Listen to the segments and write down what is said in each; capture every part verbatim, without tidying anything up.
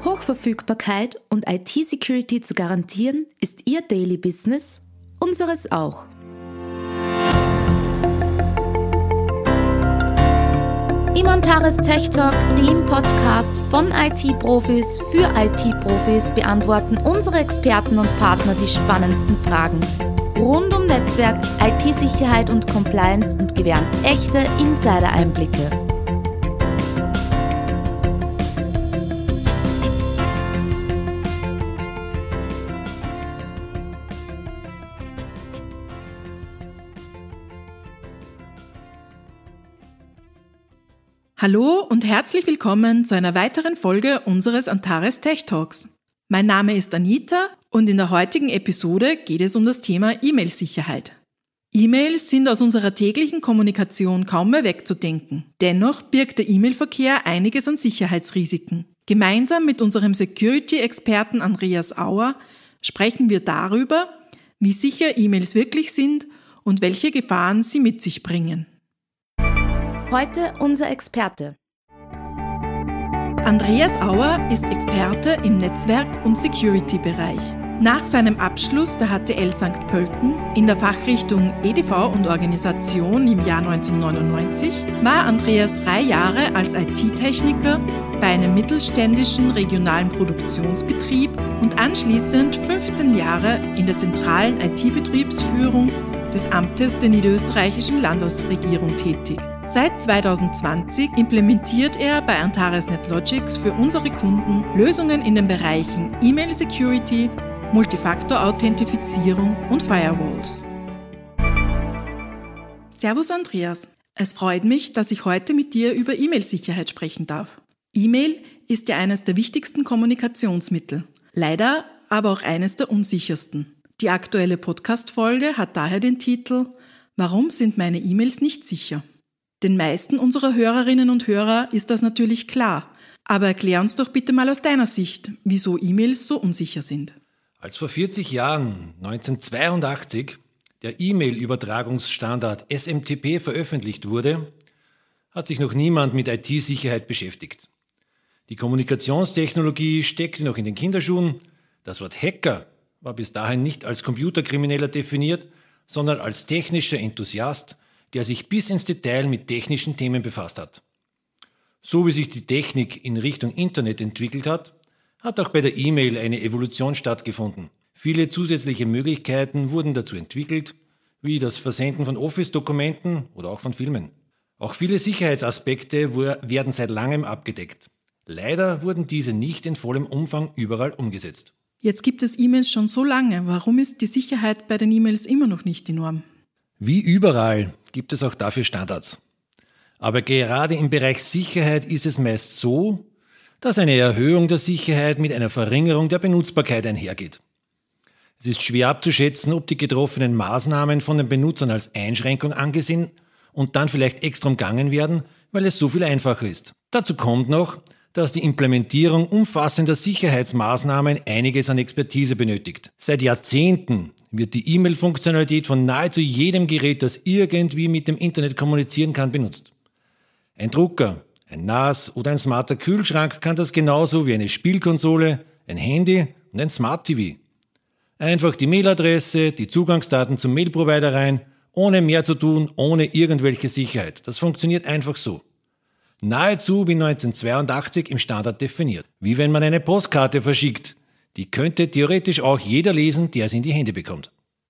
Hochverfügbarkeit und I T-Security zu garantieren, ist Ihr Daily Business, unseres auch. Imontaris Tech Talk, dem Podcast von I T-Profis für I T-Profis, beantworten unsere Experten und Partner die spannendsten Fragen rund um Netzwerk, I T-Sicherheit und Compliance und gewähren echte Insider-Einblicke. Hallo und herzlich willkommen zu einer weiteren Folge unseres Antares Tech Talks. Mein Name ist Anita und in der heutigen Episode geht es um das Thema E-Mail-Sicherheit. E-Mails sind aus unserer täglichen Kommunikation kaum mehr wegzudenken. Dennoch birgt der E-Mail-Verkehr einiges an Sicherheitsrisiken. Gemeinsam mit unserem Security-Experten Andreas Auer sprechen wir darüber, wie sicher E-Mails wirklich sind und welche Gefahren sie mit sich bringen. Heute unser Experte. Andreas Auer ist Experte im Netzwerk- und Security-Bereich. Nach seinem Abschluss der H T L Sankt Pölten in der Fachrichtung E D V und Organisation im Jahr neunzehnhundertneunundneunzig war Andreas drei Jahre als I T-Techniker bei einem mittelständischen regionalen Produktionsbetrieb und anschließend fünfzehn Jahre in der zentralen I T-Betriebsführung des Amtes der niederösterreichischen Landesregierung tätig. Seit zweitausendzwanzig implementiert er bei Antares NetLogix für unsere Kunden Lösungen in den Bereichen E-Mail-Security, Multifaktor-Authentifizierung und Firewalls. Servus Andreas, es freut mich, dass ich heute mit dir über E-Mail-Sicherheit sprechen darf. E-Mail ist ja eines der wichtigsten Kommunikationsmittel, leider aber auch eines der unsichersten. Die aktuelle Podcast-Folge hat daher den Titel »Warum sind meine E-Mails nicht sicher?« Den meisten unserer Hörerinnen und Hörer ist das natürlich klar. Aber erklär uns doch bitte mal aus deiner Sicht, wieso E-Mails so unsicher sind. Als vor vierzig Jahren, neunzehnhundertzweiundachtzig, der E-Mail-Übertragungsstandard S M T P veröffentlicht wurde, hat sich noch niemand mit I T-Sicherheit beschäftigt. Die Kommunikationstechnologie steckte noch in den Kinderschuhen. Das Wort Hacker war bis dahin nicht als Computerkrimineller definiert, sondern als technischer Enthusiast, der sich bis ins Detail mit technischen Themen befasst hat. So wie sich die Technik in Richtung Internet entwickelt hat, hat auch bei der E-Mail eine Evolution stattgefunden. Viele zusätzliche Möglichkeiten wurden dazu entwickelt, wie das Versenden von Office-Dokumenten oder auch von Filmen. Auch viele Sicherheitsaspekte werden seit langem abgedeckt. Leider wurden diese nicht in vollem Umfang überall umgesetzt. Jetzt gibt es E-Mails schon so lange. Warum ist die Sicherheit bei den E-Mails immer noch nicht die Norm? Wie überall gibt es auch dafür Standards. Aber gerade im Bereich Sicherheit ist es meist so, dass eine Erhöhung der Sicherheit mit einer Verringerung der Benutzbarkeit einhergeht. Es ist schwer abzuschätzen, ob die getroffenen Maßnahmen von den Benutzern als Einschränkung angesehen und dann vielleicht extra umgangen werden, weil es so viel einfacher ist. Dazu kommt noch, dass die Implementierung umfassender Sicherheitsmaßnahmen einiges an Expertise benötigt. Seit Jahrzehnten wird die E-Mail-Funktionalität von nahezu jedem Gerät, das irgendwie mit dem Internet kommunizieren kann, benutzt. Ein Drucker, ein N A S oder ein smarter Kühlschrank kann das genauso wie eine Spielkonsole, ein Handy und ein Smart T V. Einfach die Mailadresse, die Zugangsdaten zum Mail-Provider rein, ohne mehr zu tun, ohne irgendwelche Sicherheit. Das funktioniert einfach so. Nahezu wie neunzehnhundertzweiundachtzig im Standard definiert. Wie wenn man eine Postkarte verschickt. Die könnte theoretisch auch jeder lesen, der sie in die Hände bekommt.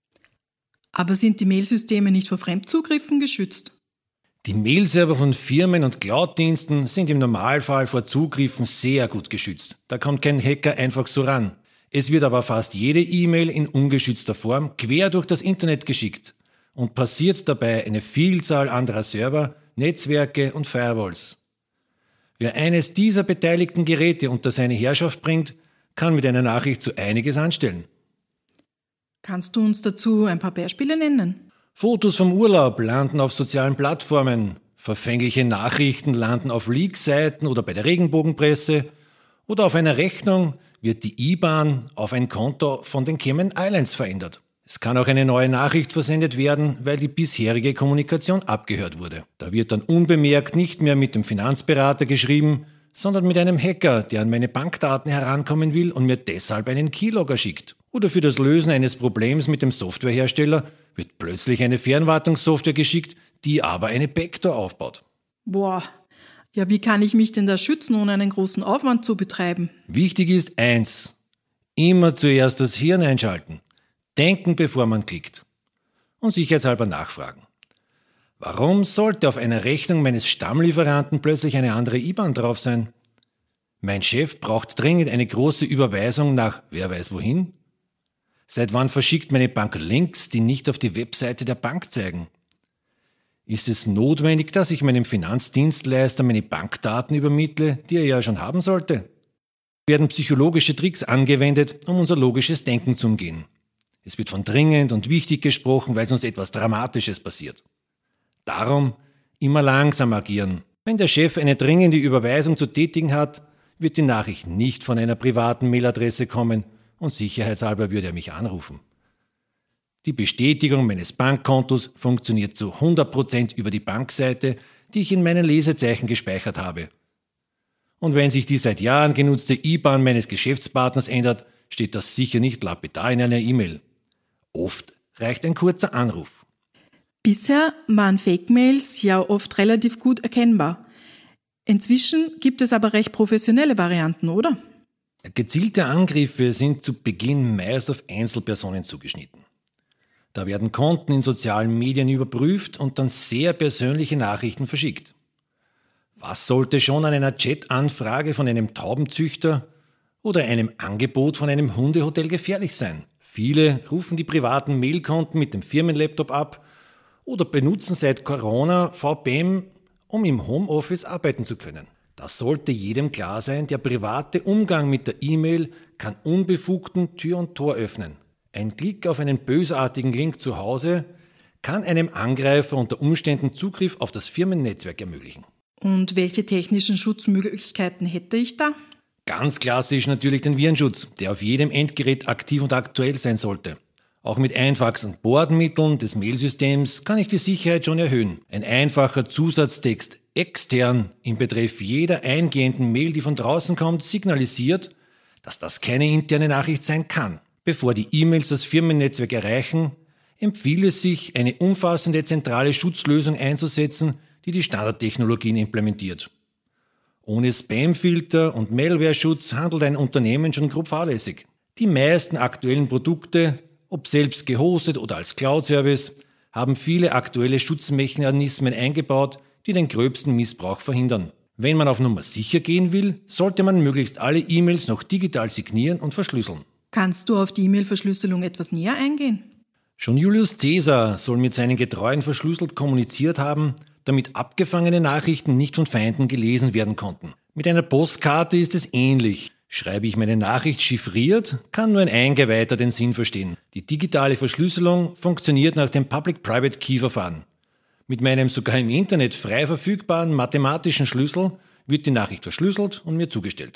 Aber sind die Mailsysteme nicht vor Fremdzugriffen geschützt? Die Mailserver von Firmen und Cloud-Diensten sind im Normalfall vor Zugriffen sehr gut geschützt. Da kommt kein Hacker einfach so ran. Es wird aber fast jede E-Mail in ungeschützter Form quer durch das Internet geschickt und passiert dabei eine Vielzahl anderer Server, Netzwerke und Firewalls. Wer eines dieser beteiligten Geräte unter seine Herrschaft bringt, kann mit einer Nachricht so einiges anstellen. Kannst du uns dazu ein paar Beispiele nennen? Fotos vom Urlaub landen auf sozialen Plattformen, verfängliche Nachrichten landen auf Leak-Seiten oder bei der Regenbogenpresse oder auf einer Rechnung wird die I B A N auf ein Konto von den Cayman Islands verändert. Es kann auch eine neue Nachricht versendet werden, weil die bisherige Kommunikation abgehört wurde. Da wird dann unbemerkt nicht mehr mit dem Finanzberater geschrieben, sondern mit einem Hacker, der an meine Bankdaten herankommen will und mir deshalb einen Keylogger schickt. Oder für das Lösen eines Problems mit dem Softwarehersteller wird plötzlich eine Fernwartungssoftware geschickt, die aber eine Backdoor aufbaut. Boah, ja, wie kann ich mich denn da schützen, ohne einen großen Aufwand zu betreiben? Wichtig ist eins: immer zuerst das Hirn einschalten. Denken, bevor man klickt. Und sicherheitshalber nachfragen. Warum sollte auf einer Rechnung meines Stammlieferanten plötzlich eine andere I B A N drauf sein? Mein Chef braucht dringend eine große Überweisung nach wer weiß wohin? Seit wann verschickt meine Bank Links, die nicht auf die Webseite der Bank zeigen? Ist es notwendig, dass ich meinem Finanzdienstleister meine Bankdaten übermittle, die er ja schon haben sollte? Werden psychologische Tricks angewendet, um unser logisches Denken zu umgehen. Es wird von dringend und wichtig gesprochen, weil sonst etwas Dramatisches passiert. Darum immer langsam agieren. Wenn der Chef eine dringende Überweisung zu tätigen hat, wird die Nachricht nicht von einer privaten Mailadresse kommen und sicherheitshalber würde er mich anrufen. Die Bestätigung meines Bankkontos funktioniert zu hundert Prozent über die Bankseite, die ich in meinen Lesezeichen gespeichert habe. Und wenn sich die seit Jahren genutzte I B A N meines Geschäftspartners ändert, steht das sicher nicht lapidar in einer E-Mail. Oft reicht ein kurzer Anruf. Bisher waren Fake-Mails ja oft relativ gut erkennbar. Inzwischen gibt es aber recht professionelle Varianten, oder? Gezielte Angriffe sind zu Beginn meist auf Einzelpersonen zugeschnitten. Da werden Konten in sozialen Medien überprüft und dann sehr persönliche Nachrichten verschickt. Was sollte schon an einer Chat-Anfrage von einem Taubenzüchter oder einem Angebot von einem Hundehotel gefährlich sein? Viele rufen die privaten Mailkonten mit dem Firmenlaptop ab oder benutzen seit Corona V P N, um im Homeoffice arbeiten zu können. Das sollte jedem klar sein, der private Umgang mit der E-Mail kann Unbefugten Tür und Tor öffnen. Ein Klick auf einen bösartigen Link zu Hause kann einem Angreifer unter Umständen Zugriff auf das Firmennetzwerk ermöglichen. Und welche technischen Schutzmöglichkeiten hätte ich da? Ganz klassisch natürlich den Virenschutz, der auf jedem Endgerät aktiv und aktuell sein sollte. Auch mit einfachsten Bordmitteln des Mailsystems kann ich die Sicherheit schon erhöhen. Ein einfacher Zusatztext extern im Betreff jeder eingehenden Mail, die von draußen kommt, signalisiert, dass das keine interne Nachricht sein kann. Bevor die E-Mails das Firmennetzwerk erreichen, empfiehlt es sich, eine umfassende zentrale Schutzlösung einzusetzen, die die Standardtechnologien implementiert. Ohne Spamfilter und Malware-Schutz handelt ein Unternehmen schon grob fahrlässig. Die meisten aktuellen Produkte, ob selbst gehostet oder als Cloud-Service, haben viele aktuelle Schutzmechanismen eingebaut, die den gröbsten Missbrauch verhindern. Wenn man auf Nummer sicher gehen will, sollte man möglichst alle E-Mails noch digital signieren und verschlüsseln. Kannst du auf die E-Mail-Verschlüsselung etwas näher eingehen? Schon Julius Caesar soll mit seinen Getreuen verschlüsselt kommuniziert haben, damit abgefangene Nachrichten nicht von Feinden gelesen werden konnten. Mit einer Postkarte ist es ähnlich. Schreibe ich meine Nachricht chiffriert, kann nur ein Eingeweihter den Sinn verstehen. Die digitale Verschlüsselung funktioniert nach dem Public-Private-Key-Verfahren. Mit meinem sogar im Internet frei verfügbaren mathematischen Schlüssel wird die Nachricht verschlüsselt und mir zugestellt.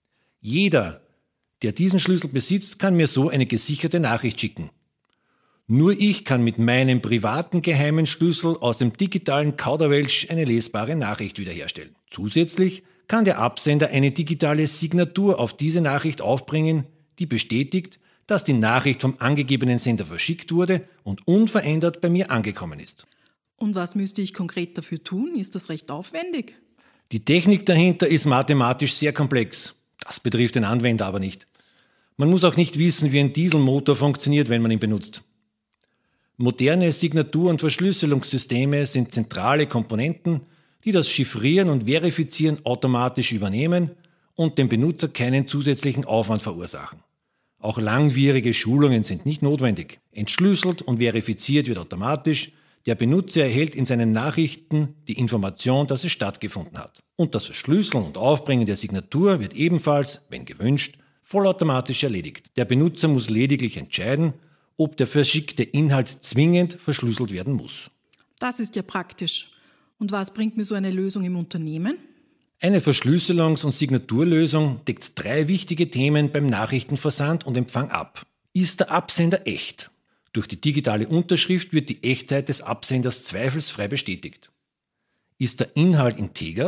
Jeder, der diesen Schlüssel besitzt, kann mir so eine gesicherte Nachricht schicken. Nur ich kann mit meinem privaten geheimen Schlüssel aus dem digitalen Kauderwelsch eine lesbare Nachricht wiederherstellen. Zusätzlich kann der Absender eine digitale Signatur auf diese Nachricht aufbringen, die bestätigt, dass die Nachricht vom angegebenen Sender verschickt wurde und unverändert bei mir angekommen ist. Und was müsste ich konkret dafür tun? Ist das recht aufwendig? Die Technik dahinter ist mathematisch sehr komplex. Das betrifft den Anwender aber nicht. Man muss auch nicht wissen, wie ein Dieselmotor funktioniert, wenn man ihn benutzt. Moderne Signatur- und Verschlüsselungssysteme sind zentrale Komponenten, die das Chiffrieren und Verifizieren automatisch übernehmen und dem Benutzer keinen zusätzlichen Aufwand verursachen. Auch langwierige Schulungen sind nicht notwendig. Entschlüsselt und verifiziert wird automatisch. Der Benutzer erhält in seinen Nachrichten die Information, dass es stattgefunden hat. Und das Verschlüsseln und Aufbringen der Signatur wird ebenfalls, wenn gewünscht, vollautomatisch erledigt. Der Benutzer muss lediglich entscheiden, ob der verschickte Inhalt zwingend verschlüsselt werden muss. Das ist ja praktisch. Und was bringt mir so eine Lösung im Unternehmen? Eine Verschlüsselungs- und Signaturlösung deckt drei wichtige Themen beim Nachrichtenversand und Empfang ab. Ist der Absender echt? Durch die digitale Unterschrift wird die Echtheit des Absenders zweifelsfrei bestätigt. Ist der Inhalt integer?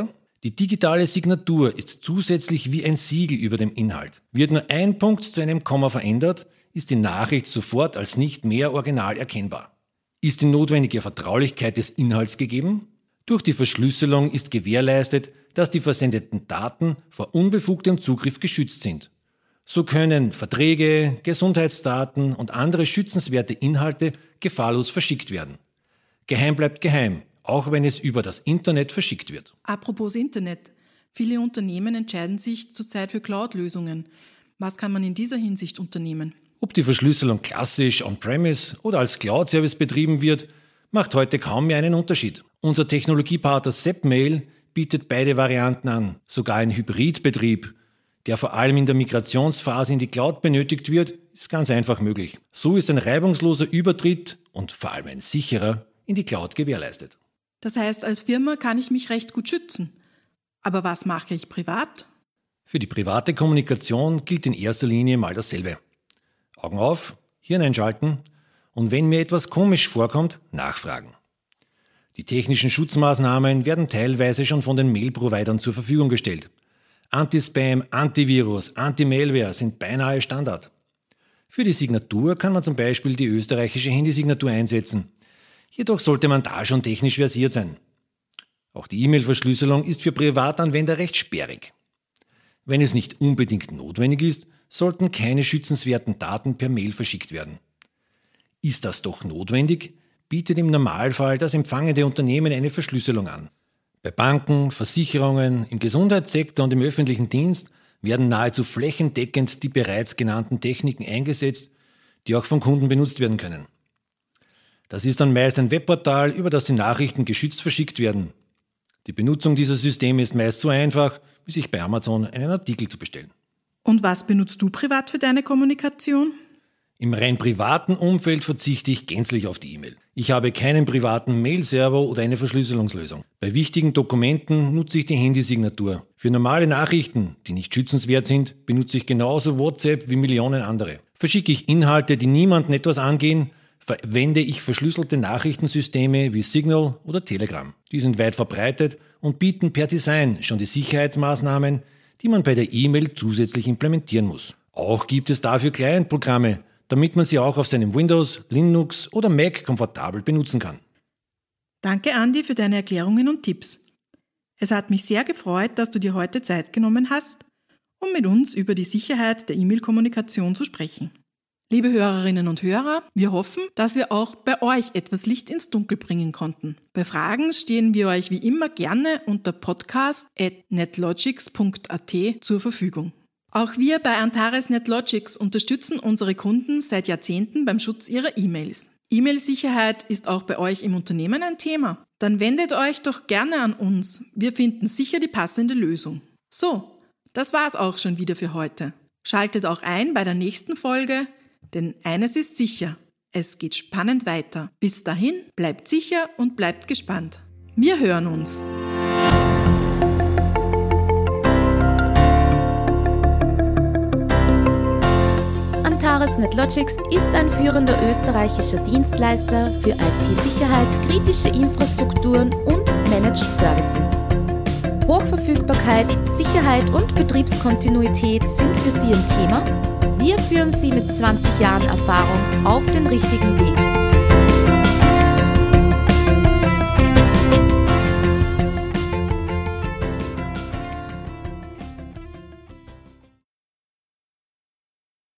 Die digitale Signatur ist zusätzlich wie ein Siegel über dem Inhalt. Wird nur ein Punkt zu einem Komma verändert, ist die Nachricht sofort als nicht mehr original erkennbar. Ist die notwendige Vertraulichkeit des Inhalts gegeben? Durch die Verschlüsselung ist gewährleistet, dass die versendeten Daten vor unbefugtem Zugriff geschützt sind. So können Verträge, Gesundheitsdaten und andere schützenswerte Inhalte gefahrlos verschickt werden. Geheim bleibt geheim, auch wenn es über das Internet verschickt wird. Apropos Internet. Viele Unternehmen entscheiden sich zurzeit für Cloud-Lösungen. Was kann man in dieser Hinsicht unternehmen? Ob die Verschlüsselung klassisch on-premise oder als Cloud-Service betrieben wird, macht heute kaum mehr einen Unterschied. Unser Technologiepartner SAPmail bietet beide Varianten an. Sogar ein Hybridbetrieb, der vor allem in der Migrationsphase in die Cloud benötigt wird, ist ganz einfach möglich. So ist ein reibungsloser Übertritt und vor allem ein sicherer in die Cloud gewährleistet. Das heißt, als Firma kann ich mich recht gut schützen. Aber was mache ich privat? Für die private Kommunikation gilt in erster Linie mal dasselbe. Augen auf, Hirn einschalten und wenn mir etwas komisch vorkommt, nachfragen. Die technischen Schutzmaßnahmen werden teilweise schon von den Mail-Providern zur Verfügung gestellt. Anti-Spam, Antivirus, Anti-Malware sind beinahe Standard. Für die Signatur kann man zum Beispiel die österreichische Handysignatur einsetzen. Jedoch sollte man da schon technisch versiert sein. Auch die E-Mail-Verschlüsselung ist für Privatanwender recht sperrig. Wenn es nicht unbedingt notwendig ist, sollten keine schützenswerten Daten per Mail verschickt werden. Ist das doch notwendig, bietet im Normalfall das empfangende Unternehmen eine Verschlüsselung an. Bei Banken, Versicherungen, im Gesundheitssektor und im öffentlichen Dienst werden nahezu flächendeckend die bereits genannten Techniken eingesetzt, die auch von Kunden benutzt werden können. Das ist dann meist ein Webportal, über das die Nachrichten geschützt verschickt werden. Die Benutzung dieser Systeme ist meist so einfach, wie sich bei Amazon einen Artikel zu bestellen. Und was benutzt du privat für deine Kommunikation? Im rein privaten Umfeld verzichte ich gänzlich auf die E-Mail. Ich habe keinen privaten Mail-Server oder eine Verschlüsselungslösung. Bei wichtigen Dokumenten nutze ich die Handysignatur. Für normale Nachrichten, die nicht schützenswert sind, benutze ich genauso WhatsApp wie Millionen andere. Verschicke ich Inhalte, die niemanden etwas angehen, verwende ich verschlüsselte Nachrichtensysteme wie Signal oder Telegram. Die sind weit verbreitet und bieten per Design schon die Sicherheitsmaßnahmen, die man bei der E-Mail zusätzlich implementieren muss. Auch gibt es dafür Client-Programme, damit man sie auch auf seinem Windows, Linux oder Mac komfortabel benutzen kann. Danke, Andi, für deine Erklärungen und Tipps. Es hat mich sehr gefreut, dass du dir heute Zeit genommen hast, um mit uns über die Sicherheit der E-Mail-Kommunikation zu sprechen. Liebe Hörerinnen und Hörer, wir hoffen, dass wir auch bei euch etwas Licht ins Dunkel bringen konnten. Bei Fragen stehen wir euch wie immer gerne unter podcast at netlogics punkt a t zur Verfügung. Auch wir bei Antares NetLogics unterstützen unsere Kunden seit Jahrzehnten beim Schutz ihrer E-Mails. E-Mail-Sicherheit ist auch bei euch im Unternehmen ein Thema. Dann wendet euch doch gerne an uns. Wir finden sicher die passende Lösung. So, das war's auch schon wieder für heute. Schaltet auch ein bei der nächsten Folge, denn eines ist sicher, es geht spannend weiter. Bis dahin, bleibt sicher und bleibt gespannt. Wir hören uns. Antares NetLogics ist ein führender österreichischer Dienstleister für I T-Sicherheit, kritische Infrastrukturen und Managed Services. Hochverfügbarkeit, Sicherheit und Betriebskontinuität sind für Sie ein Thema. Wir führen Sie mit zwanzig Jahren Erfahrung auf den richtigen Weg.